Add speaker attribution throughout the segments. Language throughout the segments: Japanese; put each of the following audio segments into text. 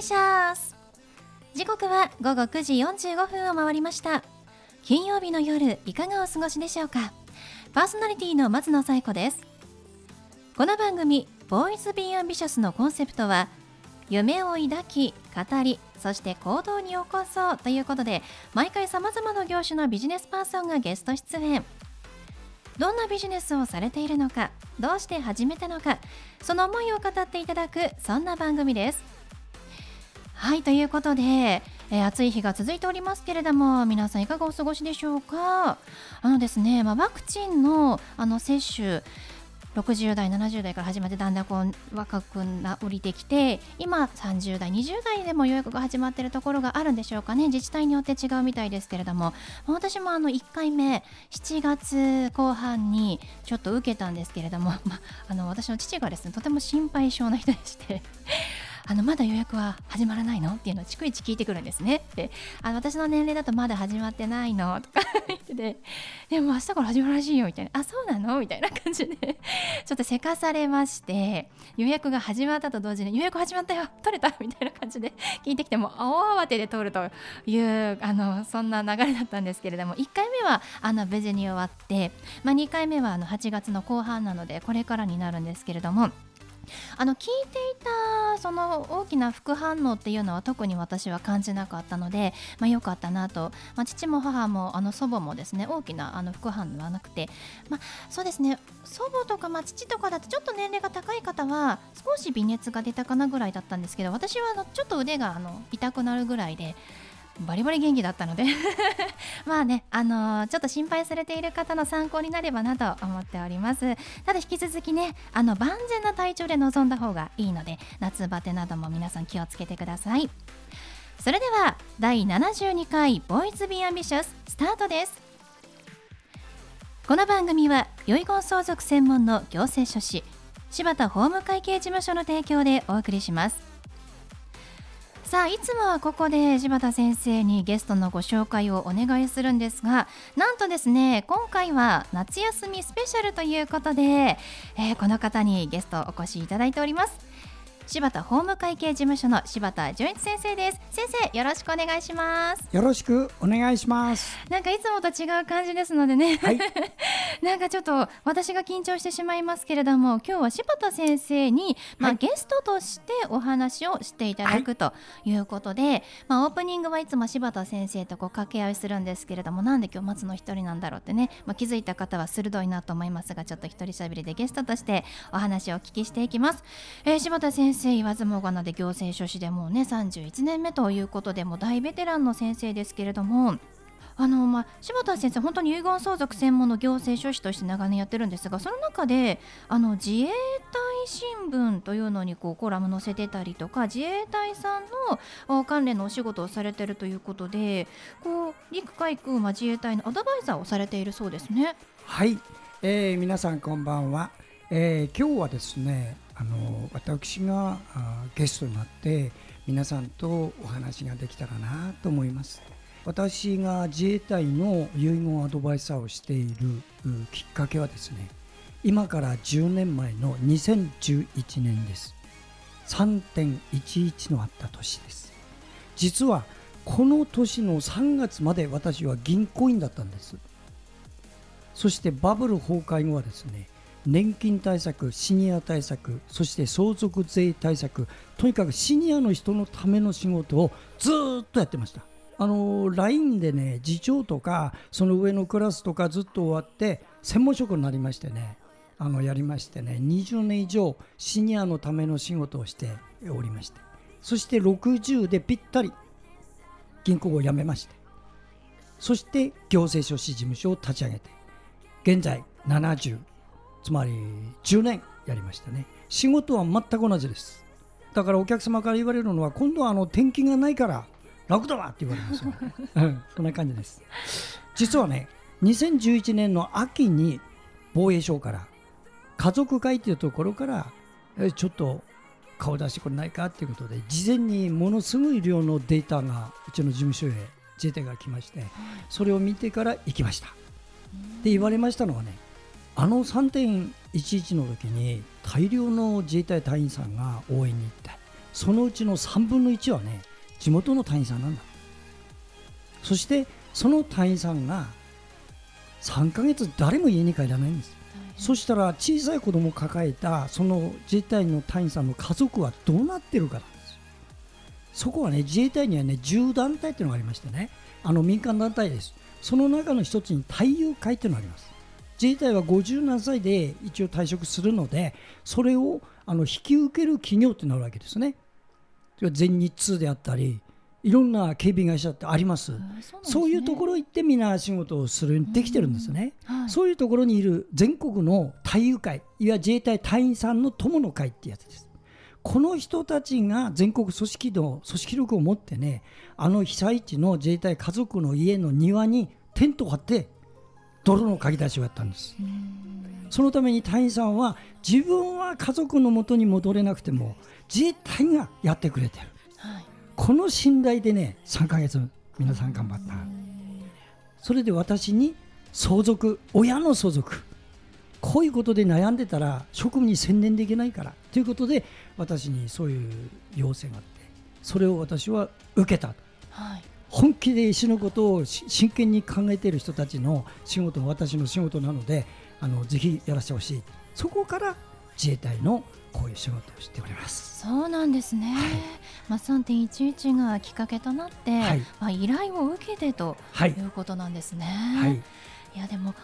Speaker 1: シャス。時刻は午後9時45分を回りました。金曜日の夜、いかがお過ごしでしょうか。パーソナリティの松野紗友子です。この番組ボーイズ・ビー・アンビシャスのコンセプトは、夢を抱き、語り、そして行動に起こそうということで、毎回様々な業種のビジネスパーソンがゲスト出演。どんなビジネスをされているのか、どうして始めたのか、その思いを語っていただく、そんな番組です。はい、ということで、暑い日が続いておりますけれども、皆さんいかがお過ごしでしょうか。ですね、ワクチンの接種、60代70代から始まって、だんだん若く降りてきて、今30代20代でも予約が始まっているところがあるんでしょうかね。自治体によって違うみたいですけれども、私も1回目7月後半にちょっと受けたんですけれども、私の父がですね、とても心配性な人でしてまだ予約は始まらないのっていうのを逐一聞いてくるんですね。で、私の年齢だとまだ始まってないのとか言ってて、でも明日から始まるらしいよみたいな、あ、そうなのみたいな感じでちょっとせかされまして、予約が始まったと同時に、予約始まったよ、取れたみたいな感じで聞いてきて、も大慌てで取るというそんな流れだったんですけれども、1回目は無事に終わって、2回目は8月の後半なのでこれからになるんですけれども、聞いていたその大きな副反応っていうのは特に私は感じなかったので、良かったなと、父も母も祖母もですね、大きな副反応はなくて、そうですね、祖母とか父とかだとちょっと年齢が高い方は少し微熱が出たかなぐらいだったんですけど、私はちょっと腕が痛くなるぐらいでバリバリ元気だったのでまあね、ちょっと心配されている方の参考になればなと思っております。ただ引き続きね、万全な体調で臨んだ方がいいので、夏バテなども皆さん気をつけてください。それでは第72回ボーイズ・ビー・アンビシャススタートです。この番組は遺言相続専門の行政書士柴田法務会計事務所の提供でお送りします。さあ、いつもはここで柴田先生にゲストのご紹介をお願いするんですが、なんとですね、今回は夏休みスペシャルということで、この方にゲストお越しいただいております。柴田法務会計事務所の柴田純一先生です。先生、よろしくお願いします。
Speaker 2: よろしくお願いします。
Speaker 1: なんかいつもと違う感じですのでね、
Speaker 2: はい、
Speaker 1: なんかちょっと私が緊張してしまいますけれども、今日は柴田先生に、ゲストとしてお話をしていただくということで、オープニングはいつも柴田先生と掛け合いするんですけれども、なんで今日松の一人なんだろうってね、気づいた方は鋭いなと思いますが、ちょっと一人喋りでゲストとしてお話をお聞きしていきます。柴田先生言わずもがなで行政書士でもうね31年目ということで、もう大ベテランの先生ですけれども、柴田先生本当に遺言相続専門の行政書士として長年やってるんですが、その中で自衛隊新聞というのにコラム載せてたりとか、自衛隊さんの関連のお仕事をされてるということで、陸海空、自衛隊のアドバイザーをされているそうですね。
Speaker 2: はい、皆さんこんばんは。今日はですね、私がゲストになって皆さんとお話ができたらなと思います。私が自衛隊の遺言アドバイザーをしているきっかけはですね、今から10年前の2011年です。 3.11 のあった年です。実はこの年の3月まで私は銀行員だったんです。そしてバブル崩壊後はですね、年金対策、シニア対策、そして相続税対策、とにかくシニアの人のための仕事をずっとやってました。LINE でね、次長とかその上のクラスとかずっと終わって専門職になりましてね、やりましてね、20年以上シニアのための仕事をしておりまして、そして60でぴったり銀行を辞めまして、そして行政書士事務所を立ち上げて、現在70、つまり10年やりましたね。仕事は全く同じです。だからお客様から言われるのは、今度は転勤がないから楽だわって言われますよねそんな感じです。実はね、2011年の秋に防衛省から家族会というところからちょっと顔出してくれないかということで、事前にものすごい量のデータがうちの事務所へ自衛隊が来まして、それを見てから行きましたって言われましたのはね、3.11 の時に大量の自衛隊隊員さんが応援に行って、 そのうちの3分の1はね地元の隊員さんなんだ。そしてその隊員さんが3ヶ月誰も家に帰らないんです。そしたら小さい子供を抱えたその自衛隊の隊員さんの家族はどうなってるかなんです。そこはね自衛隊にはね10団体というのがありましてね、民間団体です。その中の一つに隊友会というのがあります。自衛隊は50何歳で一応退職するので、それを引き受ける企業となるわけですね。全日通であったりいろんな警備会社ってあります。そういうところ行ってみんな仕事をするようにできてるんですね、はい、そういうところにいる全国の隊友会、いわゆる自衛隊隊員さんの友の会ってやつです。この人たちが全国組織力を持ってね、被災地の自衛隊家族の家の庭にテントを張って泥のかき出しをやったんです。そのために隊員さんは自分は家族の元に戻れなくても自衛隊がやってくれてる、はい、この信頼でね3ヶ月皆さん頑張った。それで私に相続、親の相続、こういうことで悩んでたら職務に専念できないからということで私にそういう要請があって、それを私は受けた、はい、本気で死ぬことを真剣に考えている人たちの仕事も私の仕事なのでぜひやらせてほしい。そこから自衛隊のこういう仕事をしております。
Speaker 1: そうなんですね、はい、3.11 がきっかけとなって、はい、依頼を受けてということなんですね、はい、いやでも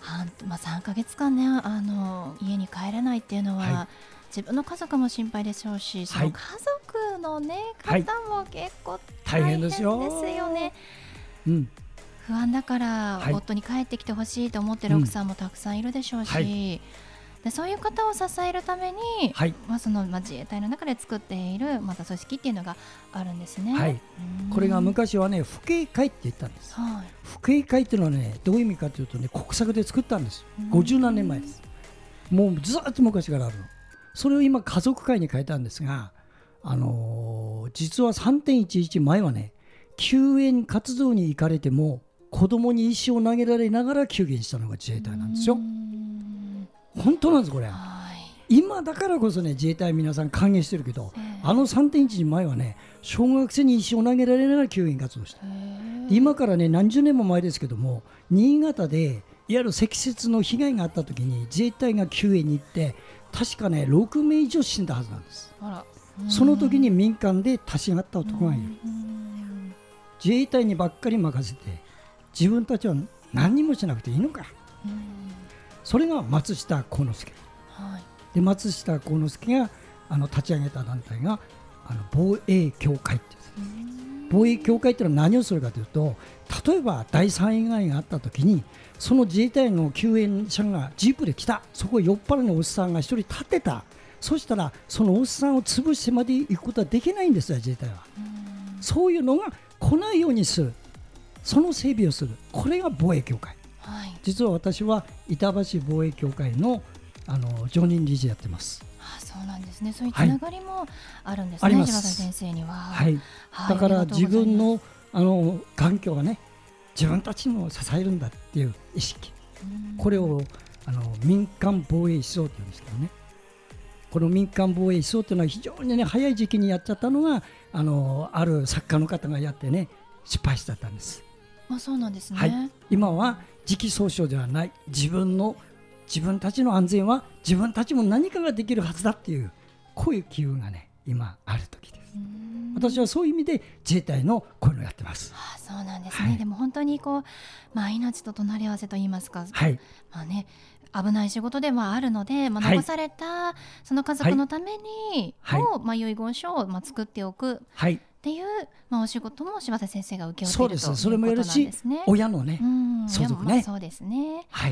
Speaker 1: 3ヶ月間ね家に帰れないっていうのは、はい、自分の家族も心配でしょうし、その家族の、ね、方も結構大変ですよね、うん、不安だから、夫に帰ってきてほしいと思ってる奥さんもたくさんいるでしょうし、でそういう方を支えるために、自衛隊の中で作っているまた組織っていうのがあるんですね、はい、
Speaker 2: これが昔はね父兄会って言ったんです、はい、父兄会っていうのはねどういう意味かというとね国策で作ったんです。50何年前です。もうずっと昔からあるの。それを今家族会に変えたんですが、実は 3.11 前はね救援活動に行かれても子供に石を投げられながら救援したのが自衛隊なんですよ。本当なんですこれ、はい、今だからこそね自衛隊皆さん歓迎してるけど、3.11 前はね小学生に石を投げられながら救援活動した。今からね何十年も前ですけども、新潟でいわゆる積雪の被害があった時に自衛隊が救援に行って確かね6名以上死んだはずなんです。その時に民間で立ち上がった男がいる。自衛隊にばっかり任せて自分たちは何にもしなくていいのか。それが松下幸之助、はい、で松下幸之助が立ち上げた団体が防衛協会ってやつです。防衛協会ってのは何をするかというと、例えば大災害があった時にその自衛隊の救援者がジープで来た、そこへ酔っ払いのおっさんが一人立ってた。そしたらそのおっさんを潰してまで行くことはできないんですよ自衛隊は。そういうのが来ないようにする、その整備をする、これが防衛協会、はい、実は私は板橋防衛協会の常任理事やってます。
Speaker 1: そうなんですね。そういうつながりもあるんですね、柴田先生には、
Speaker 2: はいはい、だから自分の環境がね自分たちも支えるんだっていう意識、これを民間防衛思想というんですけどね、この民間防衛思想というのは非常にね早い時期にやっちゃったのがある作家の方がやってね失敗しちゃったんです。
Speaker 1: そうなんですね、
Speaker 2: はい、今は時期尚早ではない、自分たちの安全は自分たちも何かができるはずだっていう、こういう機運がね今ある時です。私はそういう意味で自衛隊のこういうのをやってます。
Speaker 1: そうなんですね、はい、でも本当に命と隣り合わせといいますか、はい危ない仕事ではあるので、残されたその家族のために遺言書を作っておくっていう、お仕事も柴田先生が請け負っているということなんですね。
Speaker 2: それもやるし、親のね相続ね、
Speaker 1: そうですね、はい、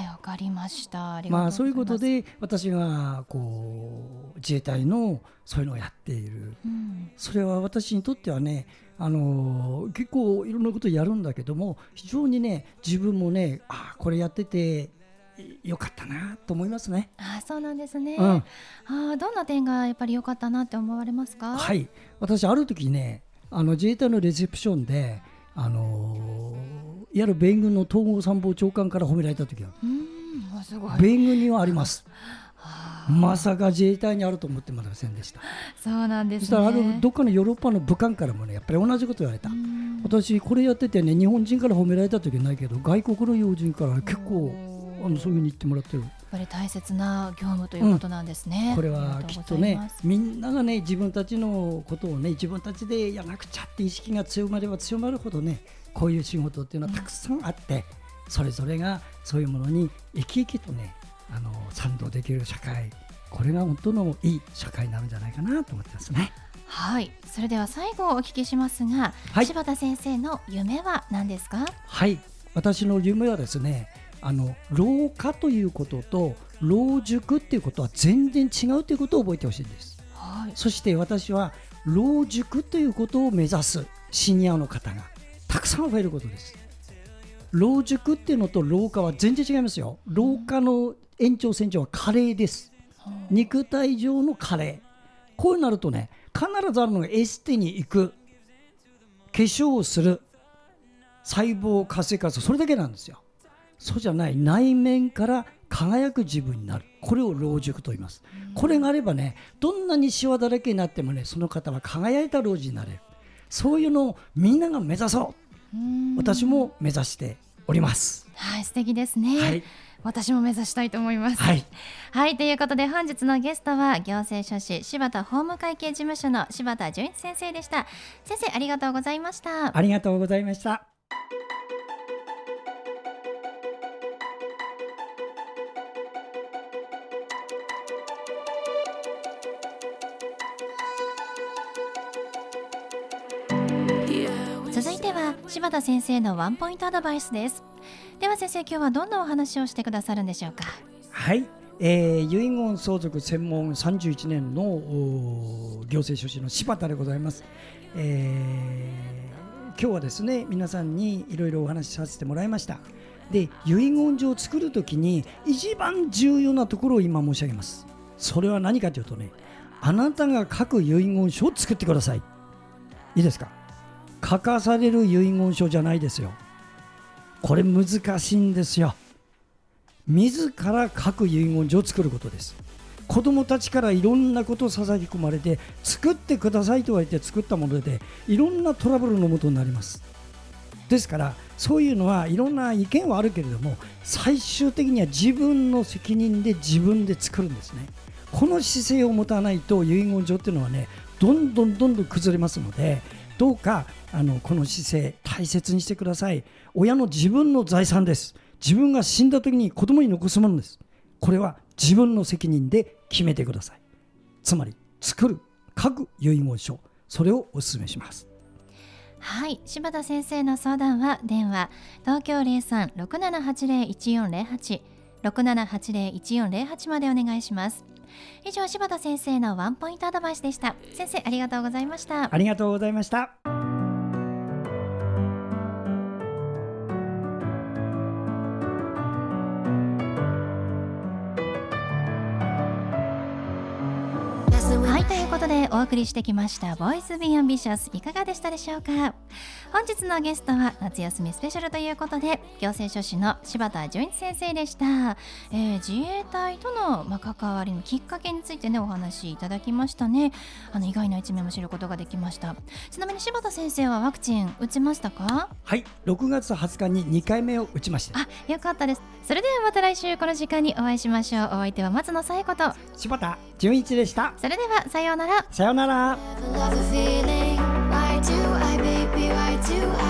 Speaker 1: わかりました。ありがとうございます。
Speaker 2: そういうことで私が自衛隊のそういうのをやっている、それは私にとってはね結構いろんなことやるんだけども、非常にね自分もねこれやってて良かったなと思いますね。
Speaker 1: そうなんですね、どんな点がやっぱり良かったなって思われますか？
Speaker 2: はい、私ある時ね自衛隊のレセプションでいわゆる米軍の統合参謀長官から褒められた時は、すごい米軍にはありますまさか自衛隊にあると思ってませんでした。
Speaker 1: そうなんですね。
Speaker 2: そしたらどっかのヨーロッパの武漢からもねやっぱり同じこと言われた。私これやっててね、日本人から褒められた時はないけど、外国の要人から結構そういうふうに言ってもらってる。
Speaker 1: やっぱり大切な業務ということなんですね。
Speaker 2: これはきっとね、みんながね自分たちのことをね自分たちでやらなくちゃって意識が強まれば強まるほどね、こういう仕事っていうのはたくさんあって、それぞれがそういうものに生き生きとね賛同できる社会、これが本当のいい社会になるんじゃないかなと思ってますね。
Speaker 1: はい、それでは最後お聞きしますが、
Speaker 2: はい、
Speaker 1: 柴田先生の夢は何ですか？
Speaker 2: はい、私の夢はですね、老化ということと老熟っていうことは全然違うということを覚えてほしいんです。
Speaker 1: はい、
Speaker 2: そして私は老熟ということを目指すシニアの方がたくさん増えることです。老熟っていうのと老化は全然違いますよ。老化の延長線上は加齢です。肉体上の加齢、こうなるとね必ずあるのがエステに行く、化粧をする、細胞を活性化する、それだけなんですよ。そうじゃない内面から輝く自分になる、これを老熟と言います。これがあればね、どんなにシワだらけになってもね、その方は輝いた老人になれる。そういうのをみんなが目指そう、私も目指しております。
Speaker 1: はい、素敵ですね。はい、私も目指したいと思います。
Speaker 2: はい、
Speaker 1: はい、ということで本日のゲストは行政書士柴田法務会計事務所の柴田純一先生でした。先生ありがとうございました。
Speaker 2: ありがとうございました。
Speaker 1: 続いては柴田先生のワンポイントアドバイスです。では先生、今日はどんなお話をしてくださるんでしょうか？はい、
Speaker 2: 遺言相続専門31年の行政書士の柴田でございます。今日はですね皆さんにいろいろお話しさせてもらいました。で、遺言状を作るときに一番重要なところを今申し上げます。それは何かというとね、あなたが書く遺言書を作ってください。いいですか？書かされる遺言書じゃないですよ。これ難しいんですよ。自ら書く遺言書を作ることです。子どもたちからいろんなことを捧げ込まれて、作ってくださいと言われて作ったものでいろんなトラブルのもとになります。ですからそういうのはいろんな意見はあるけれども、最終的には自分の責任で自分で作るんですね。この姿勢を持たないと遺言状っていうのはね、どんどん崩れますので、どうかこの姿勢大切にしてください。親の自分の財産です。自分が死んだ時に子供に残すものです。これは自分の責任で決めてください。つまり作る、書く遺言書、それをお勧めします。
Speaker 1: はい、柴田先生の相談は電話東京 03-6780-1408 6780-1408 までお願いします。以上、柴田先生のワンポイントアドバイスでした。先生ありがとうございました。
Speaker 2: ありがとうございました。
Speaker 1: はい、ということでお送りしてきましたボイスビーアンビシャス、いかがでしたでしょうか？本日のゲストは夏休みスペシャルということで行政書士の柴田純一先生でした。自衛隊との関わりのきっかけについてねお話しいただきましたね。意外な一面も知ることができました。ちなみに柴田先生はワクチン打ちましたか？
Speaker 2: はい、6月20日に2回目を打ちました。
Speaker 1: あ、よかったです。それではまた来週この時間にお会いしましょう。お相手は松野紗友子と
Speaker 2: 柴田純一でした。
Speaker 1: それではさようなら。
Speaker 2: さようなら。
Speaker 3: Why do I, baby, why do I